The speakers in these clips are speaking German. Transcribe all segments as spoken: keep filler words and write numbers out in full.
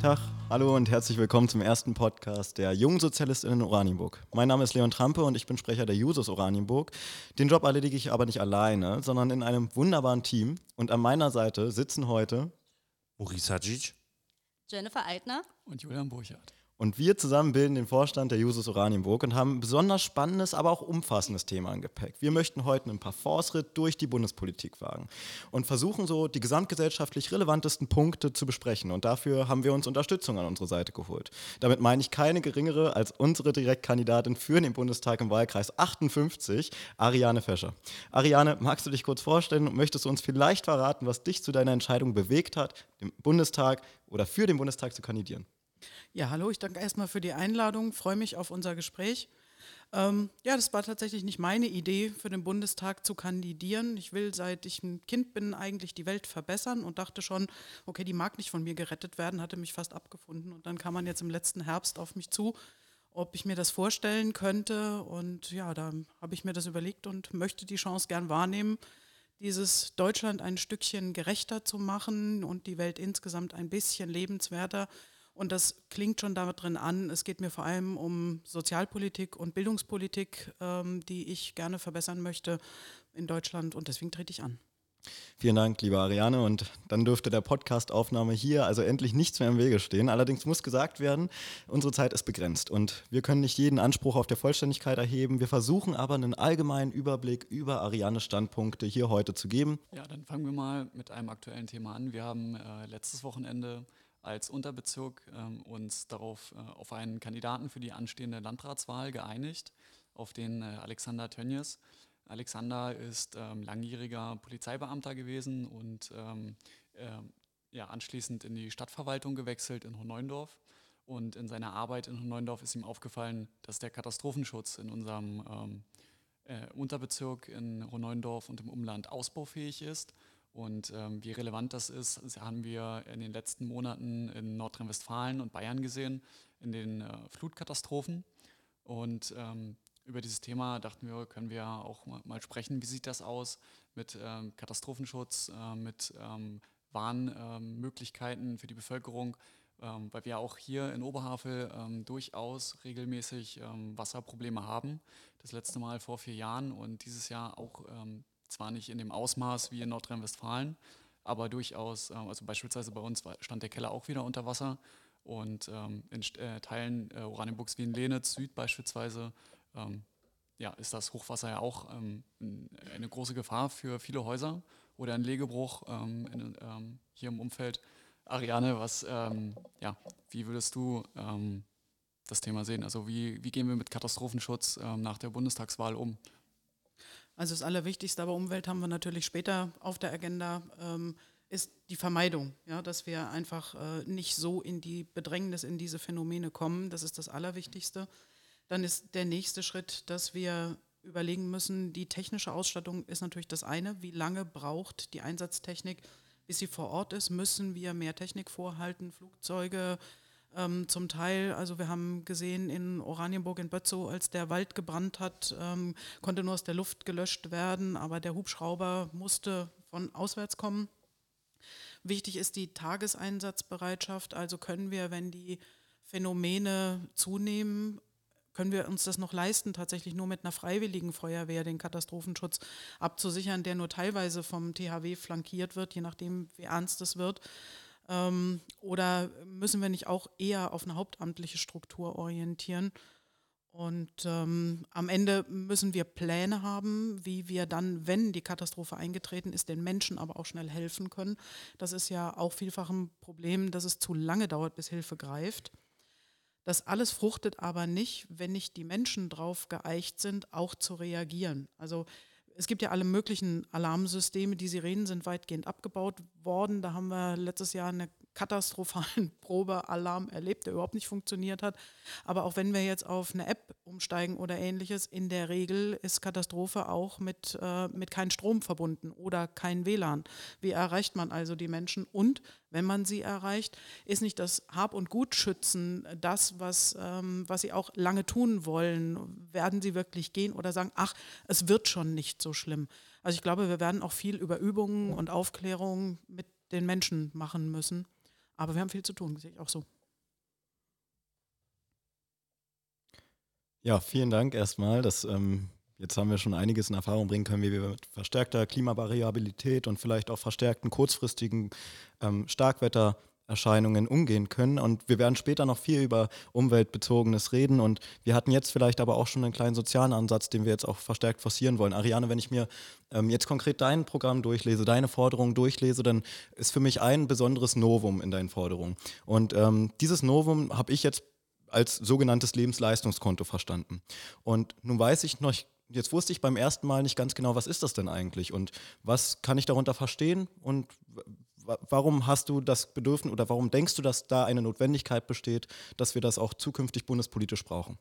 Tag, hallo und herzlich willkommen zum ersten Podcast der Jungen SozialistInnen Oranienburg. Mein Name ist Leon Trampe und ich bin Sprecher der Jusos Oranienburg. Den Job erledige ich aber nicht alleine, sondern in einem wunderbaren Team. Und an meiner Seite sitzen heute Maurice Hadjic, Jennifer Eitner und Julian Burchardt. Und wir zusammen bilden den Vorstand der Jusos Oranienburg und haben ein besonders spannendes, aber auch umfassendes Thema im Gepäck. Wir möchten heute einen Parforce-Ritt durch die Bundespolitik wagen und versuchen so die gesamtgesellschaftlich relevantesten Punkte zu besprechen. Und dafür haben wir uns Unterstützung an unsere Seite geholt. Damit meine ich keine geringere als unsere Direktkandidatin für den Bundestag im Wahlkreis achtundfünfzig, Ariane Fescher. Ariane, magst du dich kurz vorstellen und möchtest du uns vielleicht verraten, was dich zu deiner Entscheidung bewegt hat, im Bundestag oder für den Bundestag zu kandidieren? Ja, hallo, ich danke erstmal für die Einladung, freue mich auf unser Gespräch. Ähm, ja, das war tatsächlich nicht meine Idee, für den Bundestag zu kandidieren. Ich will, seit ich ein Kind bin, eigentlich die Welt verbessern und dachte schon, okay, die mag nicht von mir gerettet werden, hatte mich fast abgefunden. Und dann kam man jetzt im letzten Herbst auf mich zu, ob ich mir das vorstellen könnte. Und ja, da habe ich mir das überlegt und möchte die Chance gern wahrnehmen, dieses Deutschland ein Stückchen gerechter zu machen und die Welt insgesamt ein bisschen lebenswerter. Und das klingt schon damit drin an, es geht mir vor allem um Sozialpolitik und Bildungspolitik, ähm, die ich gerne verbessern möchte in Deutschland und deswegen trete ich an. Vielen Dank, liebe Ariane, und dann dürfte der Podcast-Aufnahme hier also endlich nichts mehr im Wege stehen. Allerdings muss gesagt werden, unsere Zeit ist begrenzt und wir können nicht jeden Anspruch auf der Vollständigkeit erheben. Wir versuchen aber einen allgemeinen Überblick über Arianes Standpunkte hier heute zu geben. Ja, dann fangen wir mal mit einem aktuellen Thema an. Wir haben äh, letztes Wochenende als Unterbezirk ähm, uns darauf äh, auf einen Kandidaten für die anstehende Landratswahl geeinigt, auf den äh, Alexander Tönjes. Alexander ist ähm, langjähriger Polizeibeamter gewesen und ähm, äh, ja, anschließend in die Stadtverwaltung gewechselt in Hohneundorf. Und in seiner Arbeit in Hohneundorf ist ihm aufgefallen, dass der Katastrophenschutz in unserem ähm, äh, Unterbezirk in Hohneundorf und im Umland ausbaufähig ist. Und ähm, wie relevant das ist, das haben wir in den letzten Monaten in Nordrhein-Westfalen und Bayern gesehen, in den äh, Flutkatastrophen. Und ähm, über dieses Thema dachten wir, können wir auch mal, mal sprechen, wie sieht das aus mit ähm, Katastrophenschutz, äh, mit ähm, Warnmöglichkeiten ähm, für die Bevölkerung, ähm, weil wir auch hier in Oberhavel ähm, durchaus regelmäßig ähm, Wasserprobleme haben. Das letzte Mal vor vier Jahren und dieses Jahr auch ähm, zwar nicht in dem Ausmaß wie in Nordrhein-Westfalen, aber durchaus, also beispielsweise bei uns stand der Keller auch wieder unter Wasser und ähm, in äh, Teilen äh, Oranienburgs wie in Lenitz Süd beispielsweise ähm, ja, ist das Hochwasser ja auch ähm, eine große Gefahr für viele Häuser oder ein Legebruch ähm, in, ähm, hier im Umfeld. Ariane, was, ähm, ja, wie würdest du ähm, das Thema sehen? Also wie, wie gehen wir mit Katastrophenschutz ähm, nach der Bundestagswahl um? Also das Allerwichtigste, aber Umwelt haben wir natürlich später auf der Agenda, ähm, ist die Vermeidung, ja, dass wir einfach äh, nicht so in die Bedrängnis, in diese Phänomene kommen. Das ist das Allerwichtigste. Dann ist der nächste Schritt, dass wir überlegen müssen, die technische Ausstattung ist natürlich das eine. Wie lange braucht die Einsatztechnik, bis sie vor Ort ist? Müssen wir mehr Technik vorhalten, Flugzeuge, Ähm, zum Teil, also wir haben gesehen in Oranienburg in Bötzow, als der Wald gebrannt hat, ähm, konnte nur aus der Luft gelöscht werden, aber der Hubschrauber musste von auswärts kommen. Wichtig ist die Tageseinsatzbereitschaft, also können wir, wenn die Phänomene zunehmen, können wir uns das noch leisten, tatsächlich nur mit einer freiwilligen Feuerwehr den Katastrophenschutz abzusichern, der nur teilweise vom T H W flankiert wird, je nachdem, wie ernst es wird. Ähm, oder müssen wir nicht auch eher auf eine hauptamtliche Struktur orientieren? Und ähm, am Ende müssen wir Pläne haben, wie wir dann, wenn die Katastrophe eingetreten ist, den Menschen aber auch schnell helfen können. Das ist ja auch vielfach ein Problem, dass es zu lange dauert, bis Hilfe greift. Das alles fruchtet aber nicht, wenn nicht die Menschen drauf geeicht sind, auch zu reagieren. Also es gibt ja alle möglichen Alarmsysteme. Die Sirenen sind weitgehend abgebaut worden. Da haben wir letztes Jahr einen katastrophalen Probealarm erlebt, der überhaupt nicht funktioniert hat. Aber auch wenn wir jetzt auf eine App umsteigen oder Ähnliches, in der Regel ist Katastrophe auch mit, äh, mit keinem Strom verbunden oder kein W L A N. Wie erreicht man also die Menschen? Und wenn man sie erreicht, ist nicht das Hab- und Gutschützen das, was, ähm, was sie auch lange tun wollen? Werden sie wirklich gehen oder sagen, ach, es wird schon nicht so schlimm? Also ich glaube, wir werden auch viel über Übungen und Aufklärung mit den Menschen machen müssen. Aber wir haben viel zu tun, sehe ich auch so. Ja, vielen Dank erstmal. Das, ähm, jetzt haben wir schon einiges in Erfahrung bringen können, wie wir mit verstärkter Klimavariabilität und vielleicht auch verstärkten kurzfristigen ähm, Starkwettererscheinungen umgehen können. Und wir werden später noch viel über Umweltbezogenes reden. Und wir hatten jetzt vielleicht aber auch schon einen kleinen sozialen Ansatz, den wir jetzt auch verstärkt forcieren wollen. Ariane, wenn ich mir ähm, jetzt konkret dein Programm durchlese, deine Forderungen durchlese, dann ist für mich ein besonderes Novum in deinen Forderungen. Und ähm, dieses Novum habe ich jetzt als sogenanntes Lebensleistungskonto verstanden. Und nun weiß ich noch, jetzt wusste ich beim ersten Mal nicht ganz genau, was ist das denn eigentlich und was kann ich darunter verstehen und w- warum hast du das Bedürfnis oder warum denkst du, dass da eine Notwendigkeit besteht, dass wir das auch zukünftig bundespolitisch brauchen?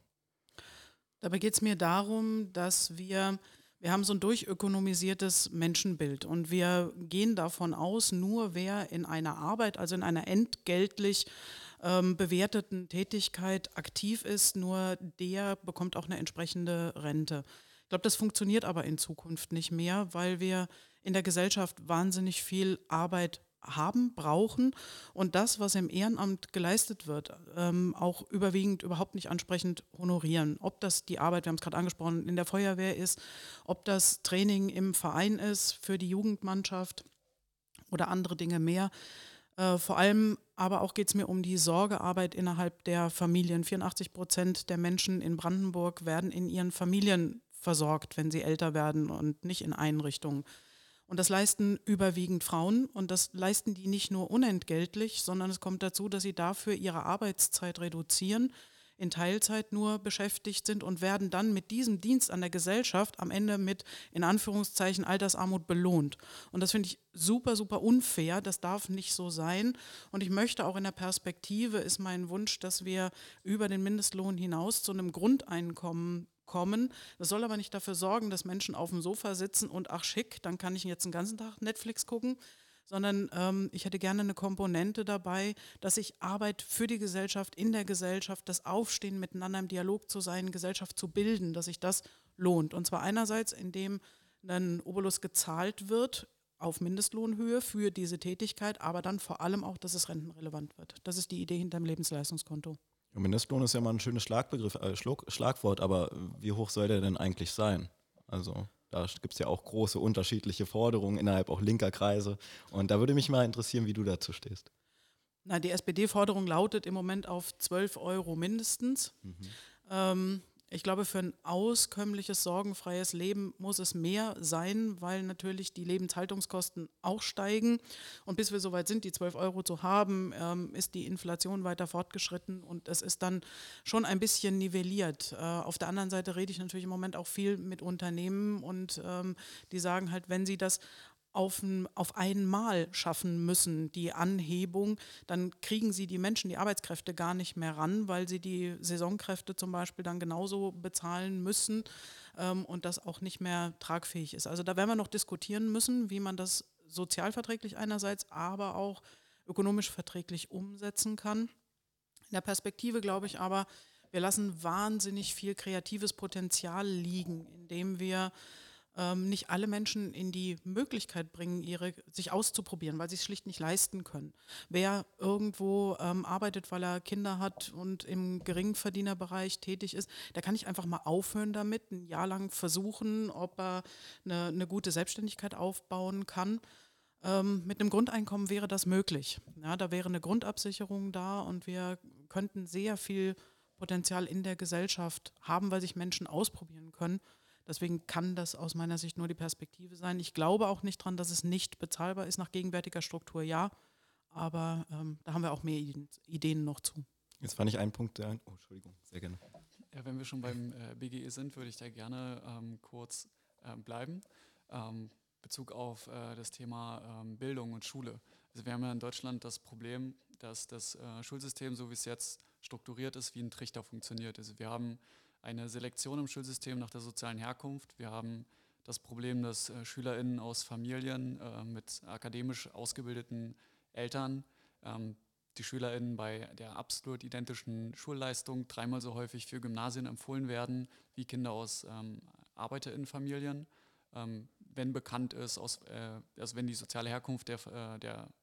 Dabei geht es mir darum, dass wir, wir haben so ein durchökonomisiertes Menschenbild und wir gehen davon aus, nur wer in einer Arbeit, also in einer entgeltlich ähm, bewerteten Tätigkeit aktiv ist, nur der bekommt auch eine entsprechende Rente. Ich glaube, das funktioniert aber in Zukunft nicht mehr, weil wir in der Gesellschaft wahnsinnig viel Arbeit haben, brauchen und das, was im Ehrenamt geleistet wird, ähm, auch überwiegend überhaupt nicht ansprechend honorieren. Ob das die Arbeit, wir haben es gerade angesprochen, in der Feuerwehr ist, ob das Training im Verein ist für die Jugendmannschaft oder andere Dinge mehr. Äh, vor allem aber auch geht es mir um die Sorgearbeit innerhalb der Familien. vierundachtzig Prozent der Menschen in Brandenburg werden in ihren Familien versorgt, wenn sie älter werden und nicht in Einrichtungen. Und das leisten überwiegend Frauen und das leisten die nicht nur unentgeltlich, sondern es kommt dazu, dass sie dafür ihre Arbeitszeit reduzieren, in Teilzeit nur beschäftigt sind und werden dann mit diesem Dienst an der Gesellschaft am Ende mit, in Anführungszeichen, Altersarmut belohnt. Und das finde ich super, super unfair, das darf nicht so sein. Und ich möchte auch in der Perspektive, ist mein Wunsch, dass wir über den Mindestlohn hinaus zu einem Grundeinkommen kommen. Das soll aber nicht dafür sorgen, dass Menschen auf dem Sofa sitzen und ach schick, dann kann ich jetzt den ganzen Tag Netflix gucken, sondern ähm, ich hätte gerne eine Komponente dabei, dass ich Arbeit für die Gesellschaft, in der Gesellschaft, das Aufstehen, miteinander im Dialog zu sein, Gesellschaft zu bilden, dass sich das lohnt. Und zwar einerseits, indem ein Obolus gezahlt wird auf Mindestlohnhöhe für diese Tätigkeit, aber dann vor allem auch, dass es rentenrelevant wird. Das ist die Idee hinter dem Lebensleistungskonto. Ja, Mindestlohn ist ja mal ein schönes Schlagbegriff, äh, Schlag, Schlagwort, aber wie hoch soll der denn eigentlich sein? Also da gibt es ja auch große unterschiedliche Forderungen innerhalb auch linker Kreise. Und da würde mich mal interessieren, wie du dazu stehst. Na, die S P D-Forderung lautet im Moment auf zwölf Euro mindestens. Mhm. Ähm, ich glaube, für ein auskömmliches, sorgenfreies Leben muss es mehr sein, weil natürlich die Lebenshaltungskosten auch steigen. Und bis wir soweit sind, die zwölf Euro zu haben, ähm, ist die Inflation weiter fortgeschritten und es ist dann schon ein bisschen nivelliert. Äh, auf der anderen Seite rede ich natürlich im Moment auch viel mit Unternehmen und ähm, die sagen halt, wenn sie das auf, ein, auf einmal schaffen müssen, die Anhebung, dann kriegen sie die Menschen, die Arbeitskräfte gar nicht mehr ran, weil sie die Saisonkräfte zum Beispiel dann genauso bezahlen müssen ähm, und das auch nicht mehr tragfähig ist. Also da werden wir noch diskutieren müssen, wie man das sozialverträglich einerseits, aber auch ökonomisch verträglich umsetzen kann. In der Perspektive glaube ich aber, wir lassen wahnsinnig viel kreatives Potenzial liegen, indem wir ähm, nicht alle Menschen in die Möglichkeit bringen, ihre, sich auszuprobieren, weil sie es schlicht nicht leisten können. Wer irgendwo ähm, arbeitet, weil er Kinder hat und im Geringverdienerbereich tätig ist, der kann nicht einfach mal aufhören damit, ein Jahr lang versuchen, ob er eine, eine gute Selbstständigkeit aufbauen kann. Ähm, mit einem Grundeinkommen wäre das möglich. Ja, da wäre eine Grundabsicherung da und wir könnten sehr viel Potenzial in der Gesellschaft haben, weil sich Menschen ausprobieren können. Deswegen kann das aus meiner Sicht nur die Perspektive sein. Ich glaube auch nicht dran, dass es nicht bezahlbar ist nach gegenwärtiger Struktur, ja. Aber ähm, da haben wir auch mehr Ideen noch zu. Jetzt fand ich einen Punkt, der, oh, Entschuldigung, sehr gerne. Ja, wenn wir schon beim äh, B G E sind, würde ich da gerne ähm, kurz äh, bleiben. Ähm, Bezug auf äh, das Thema ähm, Bildung und Schule. Also wir haben ja in Deutschland das Problem, dass das äh, Schulsystem, so wie es jetzt strukturiert ist, wie ein Trichter funktioniert. Also wir haben eine Selektion im Schulsystem nach der sozialen Herkunft. Wir haben das Problem, dass äh, SchülerInnen aus Familien äh, mit akademisch ausgebildeten Eltern ähm, die SchülerInnen bei der absolut identischen Schulleistung dreimal so häufig für Gymnasien empfohlen werden wie Kinder aus ähm, ArbeiterInnenfamilien. Ähm, wenn bekannt ist, aus, äh, also wenn die soziale Herkunft der, äh, der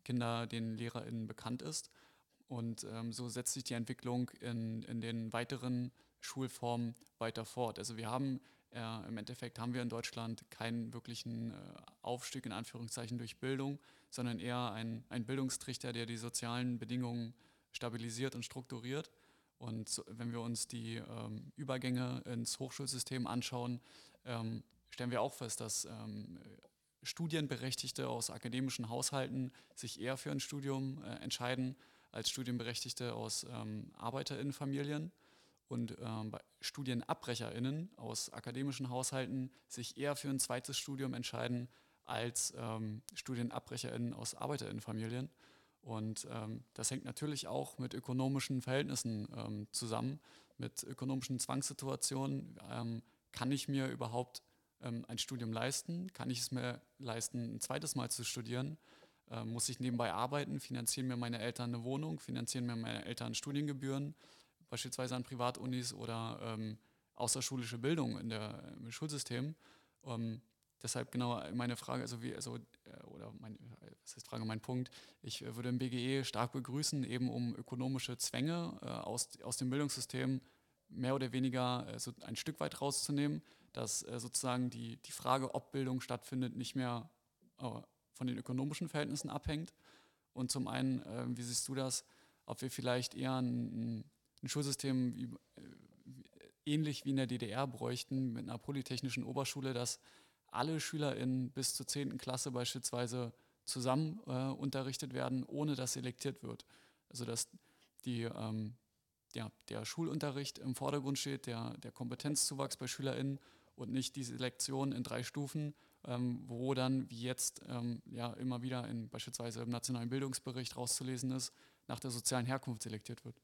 Kinder den LehrerInnen bekannt ist. Und ähm, so setzt sich die Entwicklung in, in den weiteren Schulformen weiter fort. Also wir haben äh, im Endeffekt haben wir in Deutschland keinen wirklichen äh, Aufstieg in Anführungszeichen durch Bildung, sondern eher ein, ein Bildungstrichter, der die sozialen Bedingungen stabilisiert und strukturiert. Und so, wenn wir uns die ähm, Übergänge ins Hochschulsystem anschauen, ähm, stellen wir auch fest, dass ähm, Studienberechtigte aus akademischen Haushalten sich eher für ein Studium äh, entscheiden als Studienberechtigte aus ähm, ArbeiterInnenfamilien und ähm, bei StudienabbrecherInnen aus akademischen Haushalten sich eher für ein zweites Studium entscheiden als ähm, StudienabbrecherInnen aus ArbeiterInnenfamilien. Und ähm, das hängt natürlich auch mit ökonomischen Verhältnissen ähm, zusammen, mit ökonomischen Zwangssituationen. Ähm, kann ich mir überhaupt ähm, ein Studium leisten? Kann ich es mir leisten, ein zweites Mal zu studieren? Ähm, muss ich nebenbei arbeiten? Finanzieren mir meine Eltern eine Wohnung? Finanzieren mir meine Eltern Studiengebühren, beispielsweise an Privatunis oder ähm, außerschulische Bildung in der, im Schulsystem? Ähm, Deshalb genau meine Frage, also wie, also, oder mein, was heißt Frage, mein Punkt, ich würde im B G E stark begrüßen, eben um ökonomische Zwänge äh, aus, aus dem Bildungssystem mehr oder weniger äh, so ein Stück weit rauszunehmen, dass äh, sozusagen die, die Frage, ob Bildung stattfindet, nicht mehr äh, von den ökonomischen Verhältnissen abhängt. Und zum einen, äh, wie siehst du das, ob wir vielleicht eher ein, ein Schulsystem wie, äh, ähnlich wie in der D D R bräuchten, mit einer polytechnischen Oberschule, das alle SchülerInnen bis zur zehnten Klasse beispielsweise zusammen äh, unterrichtet werden, ohne dass selektiert wird. Also dass die, ähm, ja, der Schulunterricht im Vordergrund steht, der, der Kompetenzzuwachs bei SchülerInnen und nicht die Selektion in drei Stufen, ähm, wo dann wie jetzt ähm, ja, immer wieder in, beispielsweise im Nationalen Bildungsbericht rauszulesen ist, nach der sozialen Herkunft selektiert wird.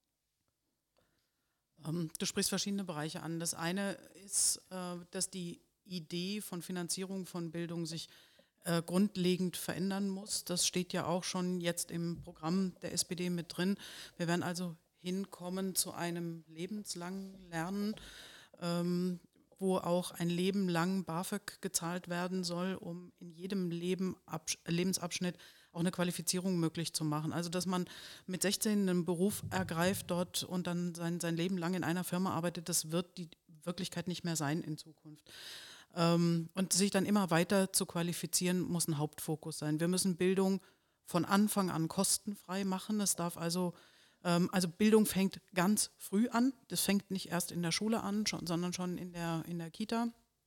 Ähm, du sprichst verschiedene Bereiche an. Das eine ist, äh, dass die Idee von Finanzierung von Bildung sich äh, grundlegend verändern muss. Das steht ja auch schon jetzt im Programm der S P D mit drin. Wir werden also hinkommen zu einem lebenslangen Lernen, ähm, wo auch ein Leben lang BAföG gezahlt werden soll, um in jedem Leben, Absch- Lebensabschnitt auch eine Qualifizierung möglich zu machen. Also dass man mit sechzehn einen Beruf ergreift dort und dann sein, sein Leben lang in einer Firma arbeitet, das wird die Wirklichkeit nicht mehr sein in Zukunft. Ähm, und sich dann immer weiter zu qualifizieren, muss ein Hauptfokus sein. Wir müssen Bildung von Anfang an kostenfrei machen. Es darf also, ähm, also Bildung fängt ganz früh an. Das fängt nicht erst in der Schule an, schon, sondern schon in der, in der Kita.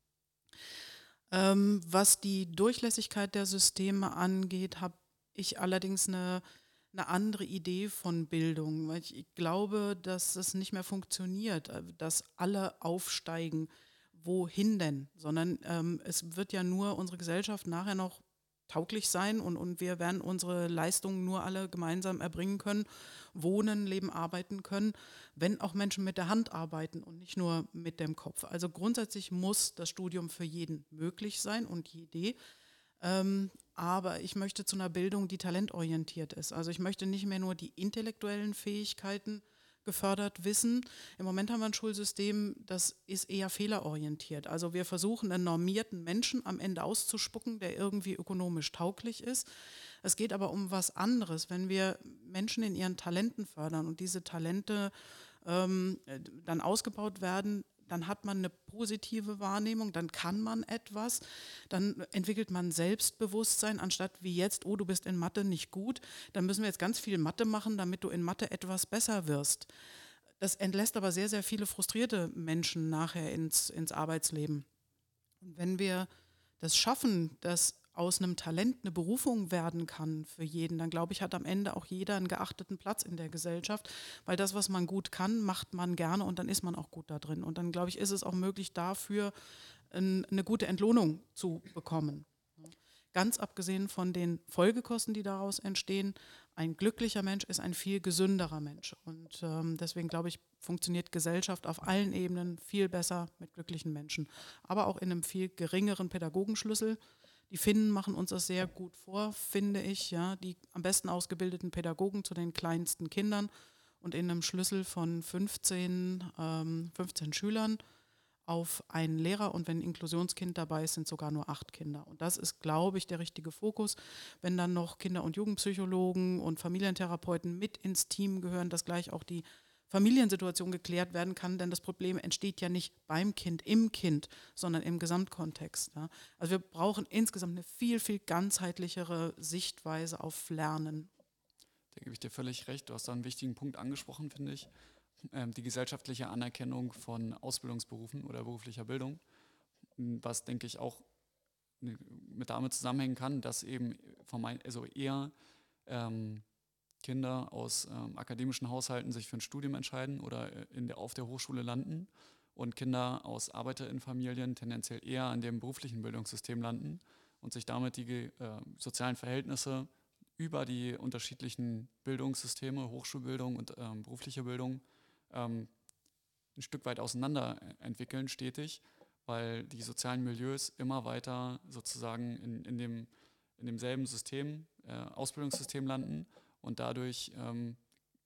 Ähm, was die Durchlässigkeit der Systeme angeht, habe ich allerdings eine, eine andere Idee von Bildung, weil ich glaube, dass es nicht mehr funktioniert, dass alle aufsteigen. Wohin denn? Sondern ähm, es wird ja nur unsere Gesellschaft nachher noch tauglich sein und, und wir werden unsere Leistungen nur alle gemeinsam erbringen können, wohnen, leben, arbeiten können, wenn auch Menschen mit der Hand arbeiten und nicht nur mit dem Kopf. Also grundsätzlich muss das Studium für jeden möglich sein und jede. Ähm, aber ich möchte zu einer Bildung, die talentorientiert ist. Also ich möchte nicht mehr nur die intellektuellen Fähigkeiten gefördert wissen. Im Moment haben wir ein Schulsystem, das ist eher fehlerorientiert. Also wir versuchen, einen normierten Menschen am Ende auszuspucken, der irgendwie ökonomisch tauglich ist. Es geht aber um was anderes. Wenn wir Menschen in ihren Talenten fördern und diese Talente ähm, dann ausgebaut werden, dann hat man eine positive Wahrnehmung, dann kann man etwas, dann entwickelt man Selbstbewusstsein, anstatt wie jetzt, oh, du bist in Mathe nicht gut, dann müssen wir jetzt ganz viel Mathe machen, damit du in Mathe etwas besser wirst. Das entlässt aber sehr, sehr viele frustrierte Menschen nachher ins, ins Arbeitsleben. Und wenn wir das schaffen, dass aus einem Talent eine Berufung werden kann für jeden, dann glaube ich, hat am Ende auch jeder einen geachteten Platz in der Gesellschaft, weil das, was man gut kann, macht man gerne und dann ist man auch gut da drin. Und dann, glaube ich, ist es auch möglich, dafür ein, eine gute Entlohnung zu bekommen. Ganz abgesehen von den Folgekosten, die daraus entstehen, ein glücklicher Mensch ist ein viel gesünderer Mensch. Und ähm, deswegen, glaube ich, funktioniert Gesellschaft auf allen Ebenen viel besser mit glücklichen Menschen, aber auch in einem viel geringeren Pädagogenschlüssel. Die Finnen machen uns das sehr gut vor, finde ich, ja, die am besten ausgebildeten Pädagogen zu den kleinsten Kindern und in einem Schlüssel von fünfzehn, ähm, fünfzehn Schülern. auf einen Lehrer und wenn ein Inklusionskind dabei ist, sind sogar nur acht Kinder. Und das ist, glaube ich, der richtige Fokus. Wenn dann noch Kinder- und Jugendpsychologen und Familientherapeuten mit ins Team gehören, dass gleich auch die Familiensituation geklärt werden kann, denn das Problem entsteht ja nicht beim Kind, im Kind, sondern im Gesamtkontext. Ja. Also wir brauchen insgesamt eine viel, viel ganzheitlichere Sichtweise auf Lernen. Da gebe ich dir völlig recht. Du hast da einen wichtigen Punkt angesprochen, finde ich. Ähm, die gesellschaftliche Anerkennung von Ausbildungsberufen oder beruflicher Bildung, was, denke ich, auch mit damit zusammenhängen kann, dass eben von mein, also eher ähm, Kinder aus ähm, akademischen Haushalten sich für ein Studium entscheiden oder in der, auf der Hochschule landen und Kinder aus ArbeiterInnenfamilien tendenziell eher an dem beruflichen Bildungssystem landen und sich damit die äh, sozialen Verhältnisse über die unterschiedlichen Bildungssysteme, Hochschulbildung und ähm, berufliche Bildung, ähm, ein Stück weit auseinander entwickeln, stetig, weil die sozialen Milieus immer weiter sozusagen in, in, dem, in demselben System, äh, Ausbildungssystem landen und dadurch, ähm,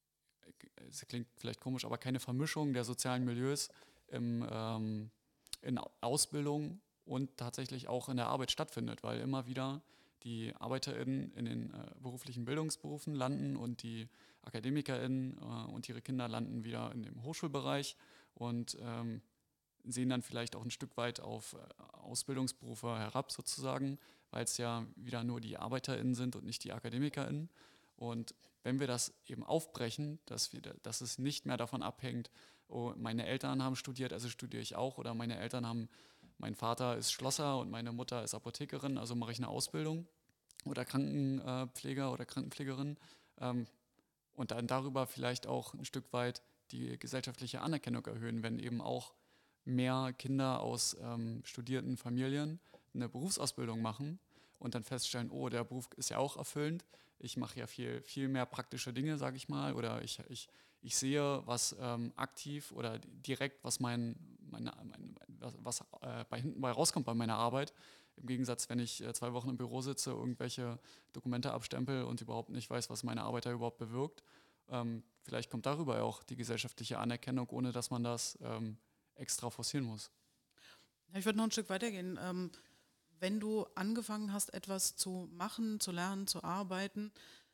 es klingt vielleicht komisch, aber keine Vermischung der sozialen Milieus im, ähm, in Ausbildung und tatsächlich auch in der Arbeit stattfindet, weil immer wieder die ArbeiterInnen in den äh, beruflichen Bildungsberufen landen und die AkademikerInnen äh, und ihre Kinder landen wieder in dem Hochschulbereich und ähm, sehen dann vielleicht auch ein Stück weit auf äh, Ausbildungsberufe herab sozusagen, weil es ja wieder nur die ArbeiterInnen sind und nicht die AkademikerInnen. Und wenn wir das eben aufbrechen, dass, wir, dass es nicht mehr davon abhängt, oh, meine Eltern haben studiert, also studiere ich auch, oder meine Eltern haben, mein Vater ist Schlosser und meine Mutter ist Apothekerin, also mache ich eine Ausbildung, oder Krankenpfleger oder Krankenpflegerin, ähm, und dann darüber vielleicht auch ein Stück weit die gesellschaftliche Anerkennung erhöhen, wenn eben auch mehr Kinder aus ähm, studierten Familien eine Berufsausbildung machen und dann feststellen, oh, der Beruf ist ja auch erfüllend, ich mache ja viel, viel mehr praktische Dinge, sage ich mal, oder ich, ich, ich sehe, was ähm, aktiv oder direkt, was mein, meine, mein, was, was äh, bei hinten bei rauskommt bei meiner Arbeit. Im Gegensatz, wenn ich äh, zwei Wochen im Büro sitze, irgendwelche Dokumente abstempel und überhaupt nicht weiß, was meine Arbeit da überhaupt bewirkt. Ähm, vielleicht kommt darüber auch die gesellschaftliche Anerkennung, ohne dass man das ähm, extra forcieren muss. Ich würde noch ein Stück weitergehen. Ähm, wenn du angefangen hast, etwas zu machen, zu lernen, zu arbeiten,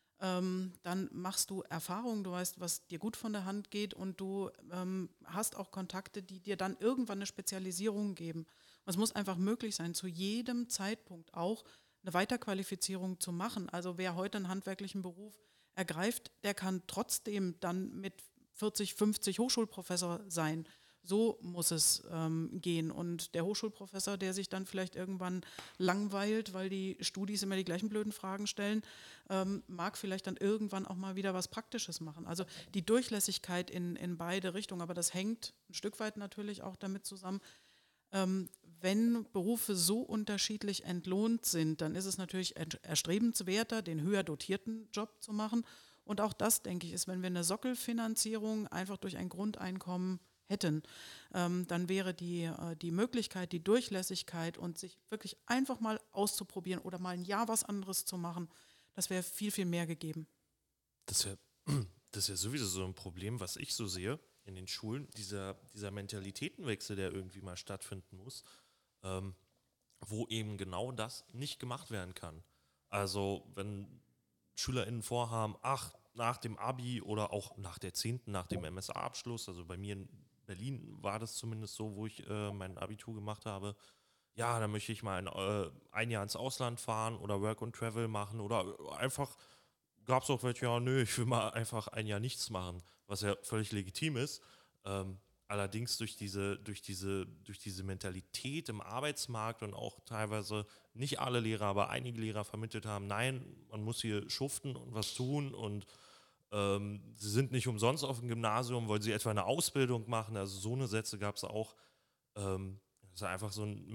ähm, dann machst du Erfahrungen, du weißt, was dir gut von der Hand geht und du ähm, hast auch Kontakte, die dir dann irgendwann eine Spezialisierung geben. Und es muss einfach möglich sein, zu jedem Zeitpunkt auch eine Weiterqualifizierung zu machen. Also wer heute einen handwerklichen Beruf ergreift, der kann trotzdem dann mit vierzig, fünfzig Hochschulprofessor sein. So muss es ähm, gehen. Und der Hochschulprofessor, der sich dann vielleicht irgendwann langweilt, weil die Studis immer die gleichen blöden Fragen stellen, ähm, mag vielleicht dann irgendwann auch mal wieder was Praktisches machen. Also die Durchlässigkeit in, in beide Richtungen, aber das hängt ein Stück weit natürlich auch damit zusammen, ähm, wenn Berufe so unterschiedlich entlohnt sind, dann ist es natürlich erstrebenswerter, den höher dotierten Job zu machen. Und auch das, denke ich, ist, wenn wir eine Sockelfinanzierung einfach durch ein Grundeinkommen hätten, ähm, dann wäre die, äh, die Möglichkeit, die Durchlässigkeit und sich wirklich einfach mal auszuprobieren oder mal ein Jahr was anderes zu machen, das wäre viel, viel mehr gegeben. Das ist ja, das ist ja sowieso so ein Problem, was ich so sehe in den Schulen, dieser, dieser Mentalitätenwechsel, der irgendwie mal stattfinden muss, ähm, wo eben genau das nicht gemacht werden kann. Also wenn SchülerInnen vorhaben, ach, nach dem Abi oder auch nach der zehnten, nach dem M S A-Abschluss, also bei mir in Berlin war das zumindest so, wo ich äh, mein Abitur gemacht habe, ja, dann möchte ich mal ein, äh, ein Jahr ins Ausland fahren oder Work and Travel machen oder einfach, gab es auch welche, ja, nö, ich will mal einfach ein Jahr nichts machen, was ja völlig legitim ist. Ähm, allerdings durch diese, durch, diese, durch diese Mentalität im Arbeitsmarkt und auch teilweise nicht alle Lehrer, aber einige Lehrer vermittelt haben, nein, man muss hier schuften und was tun und ähm, sie sind nicht umsonst auf dem Gymnasium, weil sie etwa eine Ausbildung machen, also so eine Sätze gab es auch, ähm, dass einfach so ein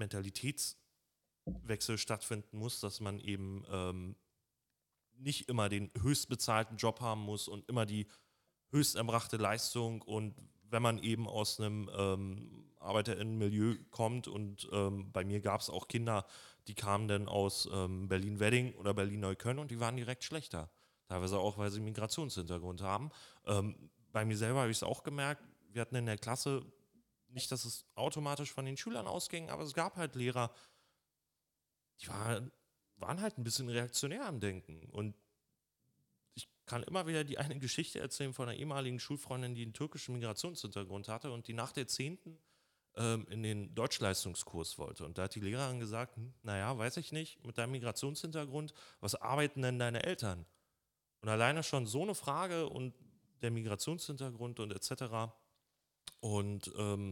Mentalitätswechsel stattfinden muss, dass man eben ähm, nicht immer den höchstbezahlten Job haben muss und immer die höchst erbrachte Leistung und wenn man eben aus einem ähm, ArbeiterInnen-Milieu kommt und ähm, bei mir gab es auch Kinder, die kamen dann aus ähm, Berlin-Wedding oder Berlin-Neukölln und die waren direkt schlechter. Teilweise auch, weil sie einen Migrationshintergrund haben. Ähm, bei mir selber habe ich es auch gemerkt, wir hatten in der Klasse nicht, dass es automatisch von den Schülern ausging, aber es gab halt Lehrer, die waren, waren halt ein bisschen reaktionär am Denken. Und ich kann immer wieder die eine Geschichte erzählen von einer ehemaligen Schulfreundin, die einen türkischen Migrationshintergrund hatte und die nach der zehnten ähm, in den Deutschleistungskurs wollte. Und da hat die Lehrerin gesagt, hm, naja, weiß ich nicht, mit deinem Migrationshintergrund, was arbeiten denn deine Eltern? Und alleine schon so eine Frage und der Migrationshintergrund und et cetera. Und ähm,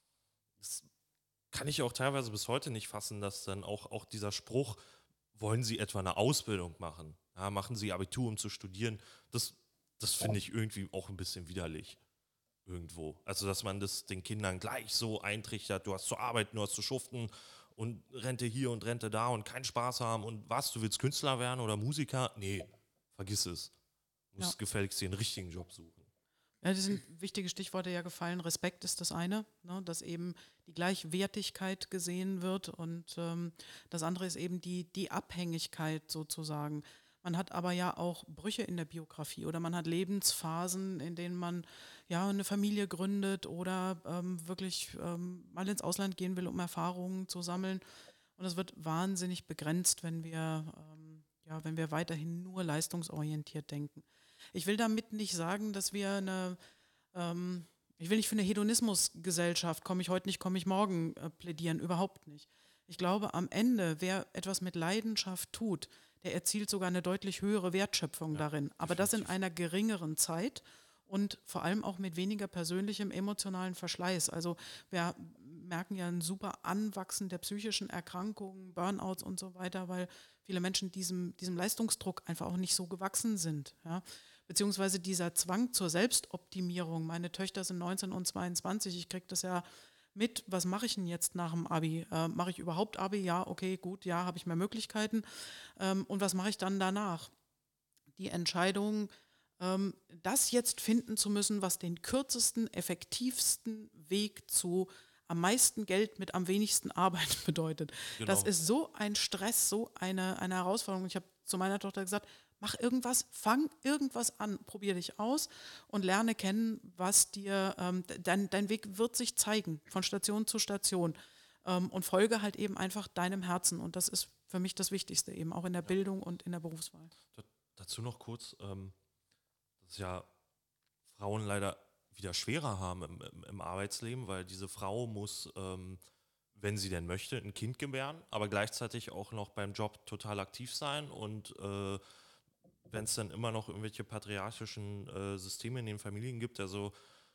das kann ich auch teilweise bis heute nicht fassen, dass dann auch, auch dieser Spruch, wollen Sie etwa eine Ausbildung machen? Ja, machen Sie Abitur, um zu studieren? Das, das finde ich irgendwie auch ein bisschen widerlich. Irgendwo. Also, dass man das den Kindern gleich so eintrichtert, du hast zu arbeiten, du hast zu schuften und Rente hier und Rente da und keinen Spaß haben und was, du willst Künstler werden oder Musiker? Nee, vergiss es. Du musst Ja. gefälligst dir einen richtigen Job suchen. Ja, das sind wichtige Stichworte ja gefallen. Respekt ist das eine, ne, dass eben die Gleichwertigkeit gesehen wird und ähm, das andere ist eben die, die Abhängigkeit sozusagen. Man hat aber ja auch Brüche in der Biografie oder man hat Lebensphasen, in denen man ja eine Familie gründet oder ähm, wirklich ähm, mal ins Ausland gehen will, um Erfahrungen zu sammeln. Und es wird wahnsinnig begrenzt, wenn wir, ähm, ja, wenn wir weiterhin nur leistungsorientiert denken. Ich will damit nicht sagen, dass wir eine, ähm, ich will nicht für eine Hedonismusgesellschaft, komme ich heute nicht, komme ich morgen, äh, plädieren, überhaupt nicht. Ich glaube, am Ende, wer etwas mit Leidenschaft tut, der erzielt sogar eine deutlich höhere Wertschöpfung Ja, darin. Aber das in definitiv. einer geringeren Zeit und vor allem auch mit weniger persönlichem emotionalen Verschleiß. Also wir merken ja ein super Anwachsen der psychischen Erkrankungen, Burnouts und so weiter, weil viele Menschen diesem, diesem Leistungsdruck einfach auch nicht so gewachsen sind. Ja. Beziehungsweise dieser Zwang zur Selbstoptimierung. Meine Töchter sind neunzehn und zweiundzwanzig, ich kriege das ja mit, was mache ich denn jetzt nach dem Abi? Äh, mache ich überhaupt Abi? Ja, okay, gut, ja, habe ich mehr Möglichkeiten. Ähm, und was mache ich dann danach? Die Entscheidung, ähm, das jetzt finden zu müssen, was den kürzesten, effektivsten Weg zu am meisten Geld mit am wenigsten Arbeit bedeutet. Genau. Das ist so ein Stress, so eine, eine Herausforderung. Ich habe zu meiner Tochter gesagt, mach irgendwas, fang irgendwas an, probier dich aus und lerne kennen, was dir, ähm, dein, dein Weg wird sich zeigen, von Station zu Station. Ähm, und folge halt eben einfach deinem Herzen. Und das ist für mich das Wichtigste eben, auch in der Bildung und in der Berufswahl. Da, dazu noch kurz, ähm, dass ja Frauen leider wieder schwerer haben im, im, im Arbeitsleben, weil diese Frau muss, ähm, wenn sie denn möchte, ein Kind gebären, aber gleichzeitig auch noch beim Job total aktiv sein und äh, wenn es dann immer noch irgendwelche patriarchischen äh, Systeme in den Familien gibt, also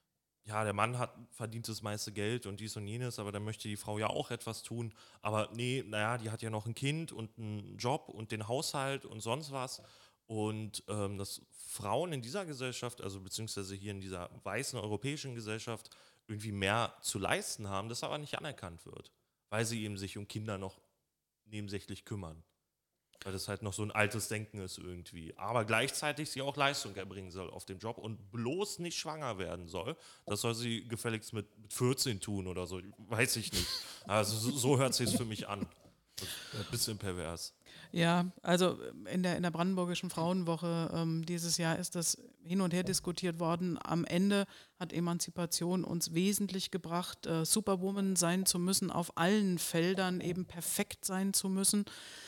ja, der Mann hat verdient das meiste Geld und dies und jenes, aber dann möchte die Frau ja auch etwas tun. Aber nee, naja, die hat ja noch ein Kind und einen Job und den Haushalt und sonst was. Und ähm, dass Frauen in dieser Gesellschaft, also beziehungsweise hier in dieser weißen europäischen Gesellschaft, irgendwie mehr zu leisten haben, das aber nicht anerkannt wird, weil sie eben sich um Kinder noch nebensächlich kümmern. Weil das halt noch so ein altes Denken ist irgendwie. Aber gleichzeitig sie auch Leistung erbringen soll auf dem Job und bloß nicht schwanger werden soll. Das soll sie gefälligst mit, mit vierzehn tun oder so. Weiß ich nicht. Also so, so hört sich es für mich an. Ein bisschen pervers. Ja, also in der, in der Brandenburgischen Frauenwoche ähm, dieses Jahr ist das hin und her diskutiert worden. Am Ende hat Emanzipation uns wesentlich gebracht, äh, Superwoman sein zu müssen, auf allen Feldern eben perfekt sein zu müssen.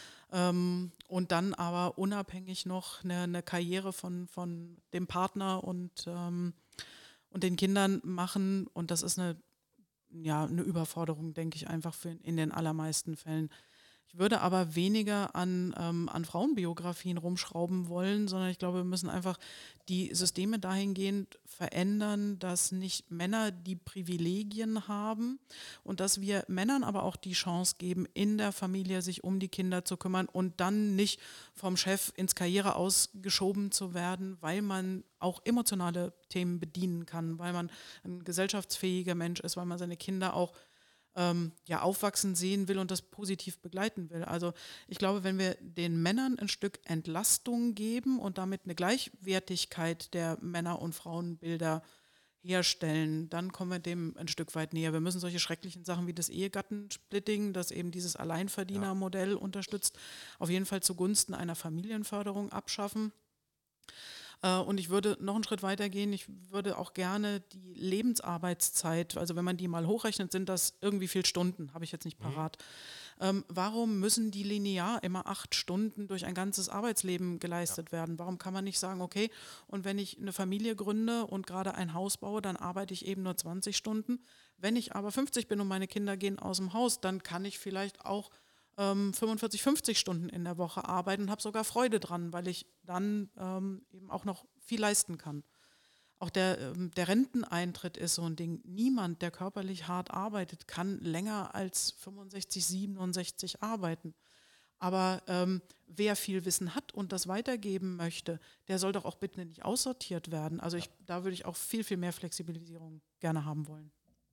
Ähm, und dann aber unabhängig noch eine, eine Karriere von, von dem Partner und, ähm, und den Kindern machen. Und das ist eine, ja, eine Überforderung, denke ich, einfach für in den allermeisten Fällen. Ich würde aber weniger an, ähm, an Frauenbiografien rumschrauben wollen, sondern ich glaube, wir müssen einfach die Systeme dahingehend verändern, dass nicht Männer die Privilegien haben und dass wir Männern aber auch die Chance geben, in der Familie sich um die Kinder zu kümmern und dann nicht vom Chef ins Karriere ausgeschoben zu werden, weil man auch emotionale Themen bedienen kann, weil man ein gesellschaftsfähiger Mensch ist, weil man seine Kinder auch Ähm, ja, aufwachsen sehen will und das positiv begleiten will. Also ich glaube, wenn wir den Männern ein Stück Entlastung geben und damit eine Gleichwertigkeit der Männer- und Frauenbilder herstellen, dann kommen wir dem ein Stück weit näher. Wir müssen solche schrecklichen Sachen wie das Ehegattensplitting, das eben dieses Alleinverdienermodell unterstützt, auf jeden Fall zugunsten einer Familienförderung abschaffen. Äh, und ich würde noch einen Schritt weiter gehen. Ich würde auch gerne die Lebensarbeitszeit, also wenn man die mal hochrechnet, sind das irgendwie viele Stunden, habe ich jetzt nicht parat. Mhm. Ähm, warum müssen die linear immer acht Stunden durch ein ganzes Arbeitsleben geleistet ja. werden? Warum kann man nicht sagen, okay, und wenn ich eine Familie gründe und gerade ein Haus baue, dann arbeite ich eben nur zwanzig Stunden. Wenn ich aber fünfzig bin und meine Kinder gehen aus dem Haus, dann kann ich vielleicht auch ähm, fünfundvierzig, fünfzig Stunden in der Woche arbeiten und habe sogar Freude dran, weil ich dann ähm, eben auch noch viel leisten kann. Auch der, ähm, der Renteneintritt ist so ein Ding. Niemand, der körperlich hart arbeitet, kann länger als fünfundsechzig, siebenundsechzig arbeiten. Aber ähm, wer viel Wissen hat und das weitergeben möchte, der soll doch auch bitte nicht aussortiert werden. Also ich, da würde ich auch viel, viel mehr Flexibilisierung gerne haben wollen.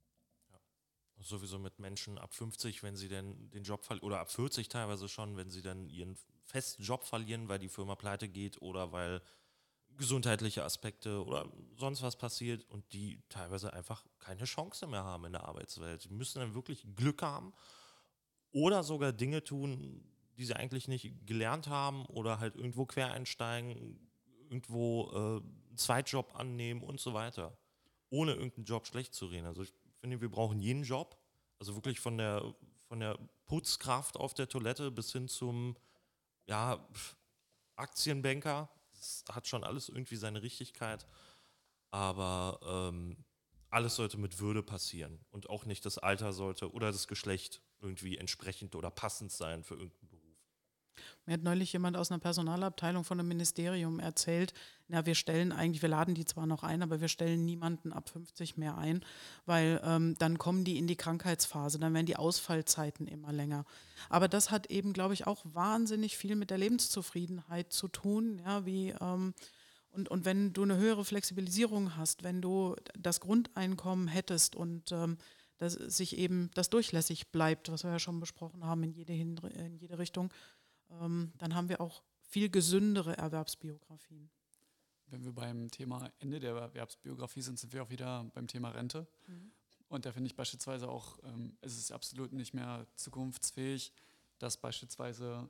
Sowieso mit Menschen ab fünfzig, wenn sie denn den Job verlieren, oder ab vierzig teilweise schon, wenn sie dann ihren festen Job verlieren, weil die Firma pleite geht oder weil gesundheitliche Aspekte oder sonst was passiert und die teilweise einfach keine Chance mehr haben in der Arbeitswelt. Die müssen dann wirklich Glück haben oder sogar Dinge tun, die sie eigentlich nicht gelernt haben oder halt irgendwo quer einsteigen, irgendwo äh, einen Zweitjob annehmen und so weiter, ohne irgendeinen Job schlecht zu reden. Also ich finde, wir brauchen jeden Job, also wirklich von der, von der Putzkraft auf der Toilette bis hin zum ja, Aktienbanker. Das hat schon alles irgendwie seine Richtigkeit, aber ähm, alles sollte mit Würde passieren und auch nicht das Alter sollte oder das Geschlecht irgendwie entsprechend oder passend sein für irgendeinen Beruf. Mir hat neulich jemand aus einer Personalabteilung von einem Ministerium erzählt, na, wir stellen eigentlich, wir laden die zwar noch ein, aber wir stellen niemanden ab fünfzig mehr ein, weil ähm, dann kommen die in die Krankheitsphase, dann werden die Ausfallzeiten immer länger. Aber das hat eben, glaube ich, auch wahnsinnig viel mit der Lebenszufriedenheit zu tun, ja, wie ähm, und, und wenn du eine höhere Flexibilisierung hast, wenn du das Grundeinkommen hättest und ähm, dass sich eben das durchlässig bleibt, was wir ja schon besprochen haben in jede, in jede Richtung, ähm, dann haben wir auch viel gesündere Erwerbsbiografien. Wenn wir beim Thema Ende der Erwerbsbiografie sind, sind wir auch wieder beim Thema Rente. Mhm. Und da finde ich beispielsweise auch, ähm, es ist absolut nicht mehr zukunftsfähig, dass beispielsweise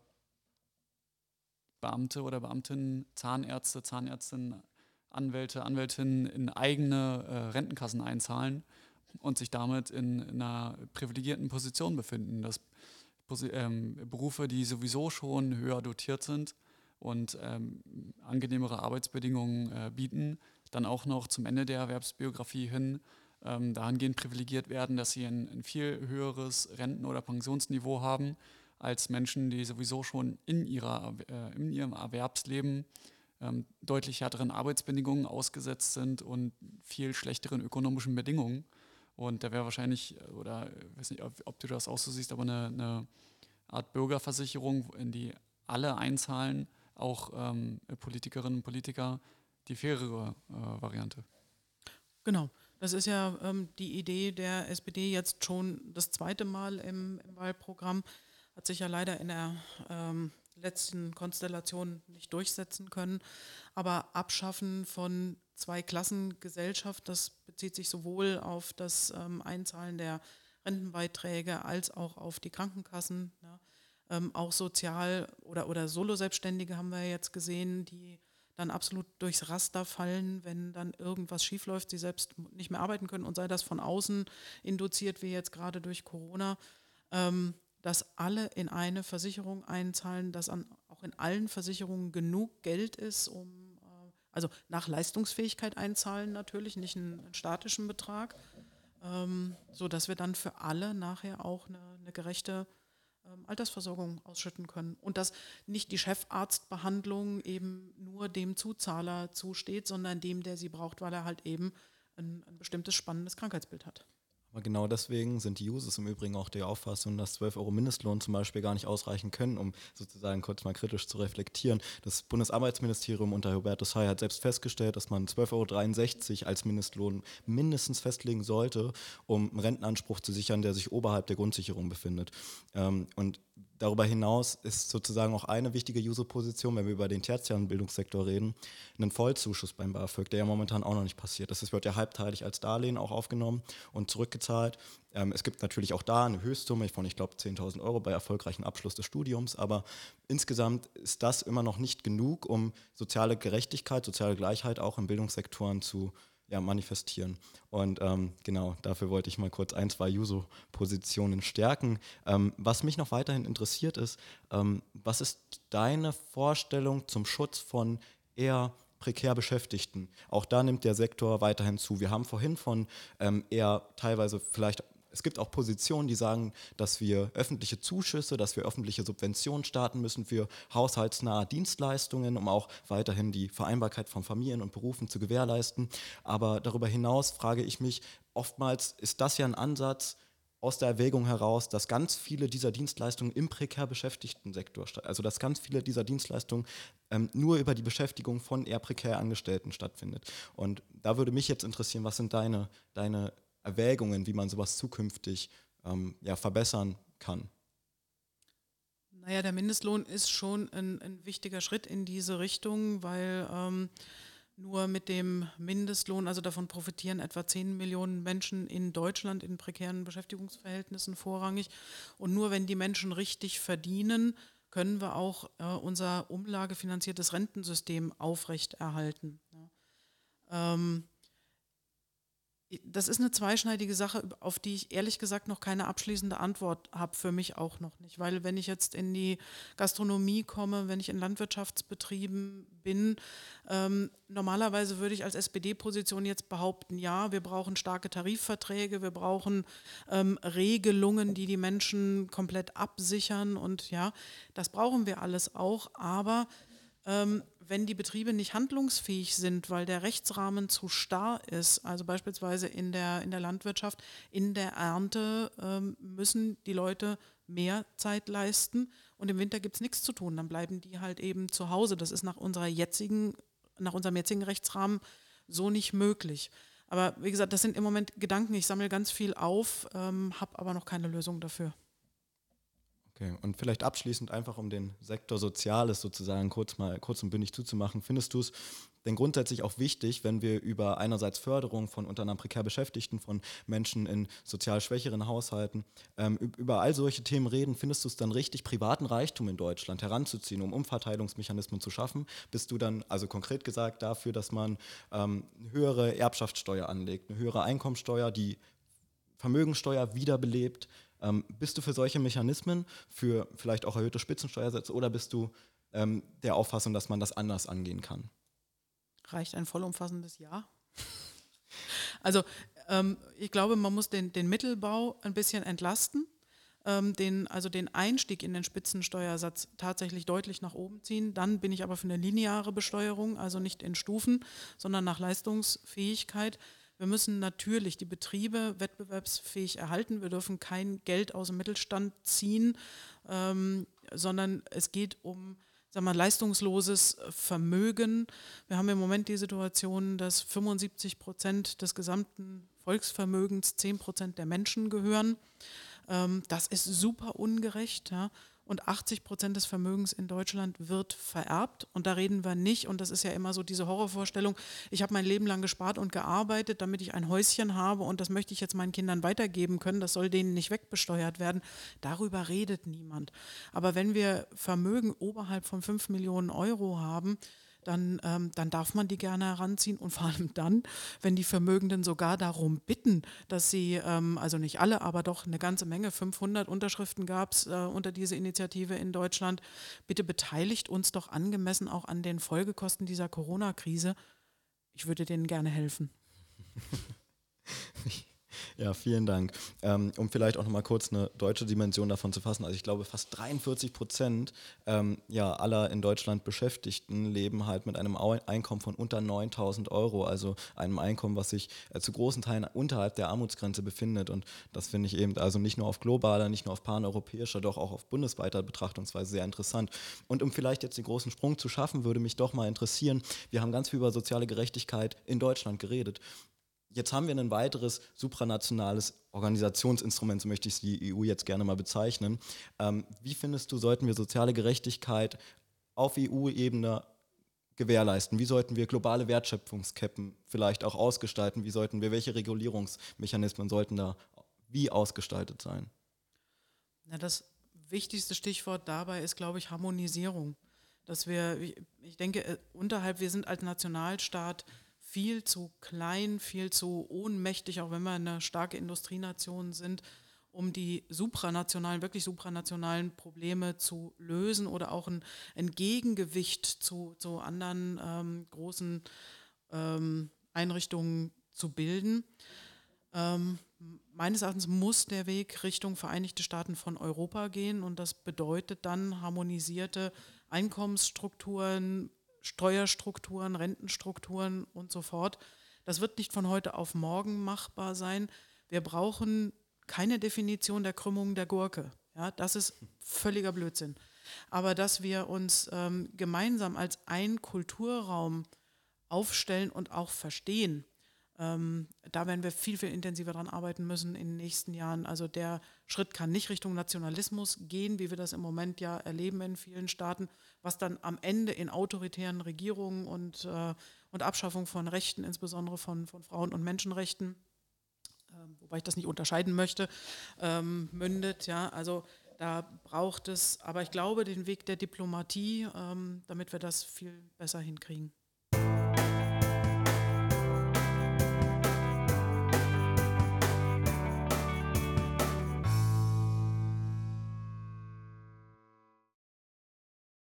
Beamte oder Beamtinnen, Zahnärzte, Zahnärztinnen, Anwälte, Anwältinnen in eigene äh, Rentenkassen einzahlen und sich damit in, in einer privilegierten Position befinden. Dass ähm, Berufe, die sowieso schon höher dotiert sind und ähm, angenehmere Arbeitsbedingungen äh, bieten, dann auch noch zum Ende der Erwerbsbiografie hin ähm, dahingehend privilegiert werden, dass sie ein, ein viel höheres Renten- oder Pensionsniveau haben als Menschen, die sowieso schon in, ihrer, äh, in ihrem Erwerbsleben ähm, deutlich härteren Arbeitsbedingungen ausgesetzt sind und viel schlechteren ökonomischen Bedingungen. Und da wäre wahrscheinlich, oder ich weiß nicht, ob, ob du das auch so siehst, aber eine, eine Art Bürgerversicherung, in die alle einzahlen, auch ähm, Politikerinnen und Politiker, die fairere äh, Variante. Genau, das ist ja ähm, die Idee der S P D jetzt schon das zweite Mal im, im Wahlprogramm, hat sich ja leider in der ähm, letzten Konstellation nicht durchsetzen können, aber Abschaffen von Zweiklassengesellschaft, das bezieht sich sowohl auf das ähm, Einzahlen der Rentenbeiträge als auch auf die Krankenkassen. Ja. Ähm, auch sozial- oder, oder Solo-Selbstständige haben wir jetzt gesehen, die dann absolut durchs Raster fallen, wenn dann irgendwas schiefläuft, sie selbst nicht mehr arbeiten können und sei das von außen induziert, wie jetzt gerade durch Corona, ähm, dass alle in eine Versicherung einzahlen, dass an, auch in allen Versicherungen genug Geld ist, um also nach Leistungsfähigkeit einzahlen natürlich, nicht einen, einen statischen Betrag, ähm, sodass wir dann für alle nachher auch eine, eine gerechte ähm, Altersversorgung ausschütten können. Und dass nicht die Chefarztbehandlung eben nur dem Zuzahler zusteht, sondern dem, der sie braucht, weil er halt eben ein, ein bestimmtes spannendes Krankheitsbild hat. Aber genau deswegen sind die Users im Übrigen auch der Auffassung, dass zwölf Euro Mindestlohn zum Beispiel gar nicht ausreichen können, um sozusagen kurz mal kritisch zu reflektieren. Das Bundesarbeitsministerium unter Hubertus Heil hat selbst festgestellt, dass man zwölf Euro dreiundsechzig als Mindestlohn mindestens festlegen sollte, um einen Rentenanspruch zu sichern, der sich oberhalb der Grundsicherung befindet. Und darüber hinaus ist sozusagen auch eine wichtige Juso-Position, wenn wir über den tertiären Bildungssektor reden, einen Vollzuschuss beim BAföG, der ja momentan auch noch nicht passiert. Das wird ja halbteilig als Darlehen auch aufgenommen und zurückgezahlt. Ähm, es gibt natürlich auch da eine Höchstsumme von, ich glaube, zehntausend Euro bei erfolgreichem Abschluss des Studiums, aber insgesamt ist das immer noch nicht genug, um soziale Gerechtigkeit, soziale Gleichheit auch in Bildungssektoren zu ja, manifestieren. Und ähm, genau, dafür wollte ich mal kurz ein, zwei Juso-Positionen stärken. Ähm, was mich noch weiterhin interessiert ist, ähm, was ist deine Vorstellung zum Schutz von eher prekär Beschäftigten? Auch da nimmt der Sektor weiterhin zu. Wir haben vorhin von ähm, eher teilweise vielleicht, es gibt auch Positionen, die sagen, dass wir öffentliche Zuschüsse, dass wir öffentliche Subventionen starten müssen für haushaltsnahe Dienstleistungen, um auch weiterhin die Vereinbarkeit von Familien und Berufen zu gewährleisten. Aber darüber hinaus frage ich mich, oftmals ist das ja ein Ansatz aus der Erwägung heraus, dass ganz viele dieser Dienstleistungen im prekär beschäftigten Sektor stattfinden. Also dass ganz viele dieser Dienstleistungen ähm, nur über die Beschäftigung von eher prekär Angestellten stattfindet. Und da würde mich jetzt interessieren, was sind deine, deine Erwägungen, wie man sowas zukünftig ähm, ja, verbessern kann? Naja, der Mindestlohn ist schon ein, ein wichtiger Schritt in diese Richtung, weil ähm, nur mit dem Mindestlohn, also davon profitieren etwa zehn Millionen Menschen in Deutschland in prekären Beschäftigungsverhältnissen vorrangig. Und nur wenn die Menschen richtig verdienen, können wir auch äh, unser umlagefinanziertes Rentensystem aufrechterhalten. Ja. Ähm, Das ist eine zweischneidige Sache, auf die ich ehrlich gesagt noch keine abschließende Antwort habe, für mich auch noch nicht. Weil wenn ich jetzt in die Gastronomie komme, wenn ich in Landwirtschaftsbetrieben bin, ähm, normalerweise würde ich als S P D-Position jetzt behaupten, ja, wir brauchen starke Tarifverträge, wir brauchen ähm, Regelungen, die die Menschen komplett absichern und ja, das brauchen wir alles auch, aber ähm, wenn die Betriebe nicht handlungsfähig sind, weil der Rechtsrahmen zu starr ist, also beispielsweise in der, in der Landwirtschaft, in der Ernte ähm, müssen die Leute mehr Zeit leisten und im Winter gibt es nichts zu tun, dann bleiben die halt eben zu Hause. Das ist nach unserer jetzigen, nach unserem jetzigen Rechtsrahmen so nicht möglich. Aber wie gesagt, das sind im Moment Gedanken, ich sammle ganz viel auf, ähm, habe aber noch keine Lösung dafür. Okay, und vielleicht abschließend einfach, um den Sektor Soziales sozusagen kurz mal kurz und bündig zuzumachen, findest du es denn grundsätzlich auch wichtig, wenn wir über einerseits Förderung von unter anderem prekär Beschäftigten, von Menschen in sozial schwächeren Haushalten, ähm, über all solche Themen reden, findest du es dann richtig, privaten Reichtum in Deutschland heranzuziehen, um Umverteilungsmechanismen zu schaffen? Bist du dann, also konkret gesagt, dafür, dass man ähm, eine höhere Erbschaftssteuer anlegt, eine höhere Einkommensteuer, die Vermögensteuer wiederbelebt? Ähm, bist du für solche Mechanismen, für vielleicht auch erhöhte Spitzensteuersätze oder bist du ähm, der Auffassung, dass man das anders angehen kann? Reicht ein vollumfassendes Ja? Also ähm, ich glaube, man muss den, den Mittelbau ein bisschen entlasten, ähm, den, also den Einstieg in den Spitzensteuersatz tatsächlich deutlich nach oben ziehen. Dann bin ich aber für eine lineare Besteuerung, also nicht in Stufen, sondern nach Leistungsfähigkeit. Wir müssen natürlich die Betriebe wettbewerbsfähig erhalten. Wir dürfen kein Geld aus dem Mittelstand ziehen, ähm, sondern es geht um, sagen wir, leistungsloses Vermögen. Wir haben im Moment die Situation, dass fünfundsiebzig Prozent des gesamten Volksvermögens zehn Prozent der Menschen gehören. Ähm, das ist super ungerecht, ja. Und achtzig Prozent des Vermögens in Deutschland wird vererbt. Und da reden wir nicht, und das ist ja immer so diese Horrorvorstellung, ich habe mein Leben lang gespart und gearbeitet, damit ich ein Häuschen habe und das möchte ich jetzt meinen Kindern weitergeben können, das soll denen nicht wegbesteuert werden. Darüber redet niemand. Aber wenn wir Vermögen oberhalb von fünf Millionen Euro haben, dann, ähm, dann darf man die gerne heranziehen und vor allem dann, wenn die Vermögenden sogar darum bitten, dass sie, ähm, also nicht alle, aber doch eine ganze Menge, fünfhundert Unterschriften gab es äh, unter diese Initiative in Deutschland, bitte beteiligt uns doch angemessen auch an den Folgekosten dieser Corona-Krise. Ich würde denen gerne helfen. Ja, vielen Dank. Ähm, um vielleicht auch nochmal kurz eine deutsche Dimension davon zu fassen. Also ich glaube, fast dreiundvierzig Prozent ähm, ja, aller in Deutschland Beschäftigten leben halt mit einem Au- Einkommen von unter neuntausend Euro, also einem Einkommen, was sich äh, zu großen Teilen unterhalb der Armutsgrenze befindet. Und das finde ich eben also nicht nur auf globaler, nicht nur auf paneuropäischer, doch auch auf bundesweiter Betrachtungsweise sehr interessant. Und um vielleicht jetzt den großen Sprung zu schaffen, würde mich doch mal interessieren, wir haben ganz viel über soziale Gerechtigkeit in Deutschland geredet. jetzt haben wir ein weiteres supranationales Organisationsinstrument, so möchte ich die E U jetzt gerne mal bezeichnen. Ähm, wie findest du, sollten wir soziale Gerechtigkeit auf E U-Ebene gewährleisten? Wie sollten wir globale Wertschöpfungsketten vielleicht auch ausgestalten? Wie sollten wir, welche Regulierungsmechanismen sollten da wie ausgestaltet sein? Na, das wichtigste Stichwort dabei ist, glaube ich, Harmonisierung. Dass wir, ich denke, unterhalb, wir sind als Nationalstaat viel zu klein, viel zu ohnmächtig, auch wenn wir eine starke Industrienation sind, um die supranationalen, wirklich supranationalen Probleme zu lösen oder auch ein, ein Gegengewicht zu, zu anderen ähm, großen ähm, Einrichtungen zu bilden. Ähm, meines Erachtens muss der Weg Richtung Vereinigte Staaten von Europa gehen und das bedeutet dann harmonisierte Einkommensstrukturen, Steuerstrukturen, Rentenstrukturen und so fort. Das wird nicht von heute auf morgen machbar sein. Wir brauchen keine Definition der Krümmung der Gurke. Ja, das ist völliger Blödsinn. Aber dass wir uns ähm, gemeinsam als ein Kulturraum aufstellen und auch verstehen, ähm, da werden wir viel, viel intensiver daran arbeiten müssen in den nächsten Jahren. Also der Schritt kann nicht Richtung Nationalismus gehen, wie wir das im Moment ja erleben in vielen Staaten, was dann am Ende in autoritären Regierungen und, äh, und Abschaffung von Rechten, insbesondere von, von Frauen- und Menschenrechten, ähm, wobei ich das nicht unterscheiden möchte, ähm, mündet. Ja, also da braucht es, aber ich glaube, den Weg der Diplomatie, ähm, damit wir das viel besser hinkriegen.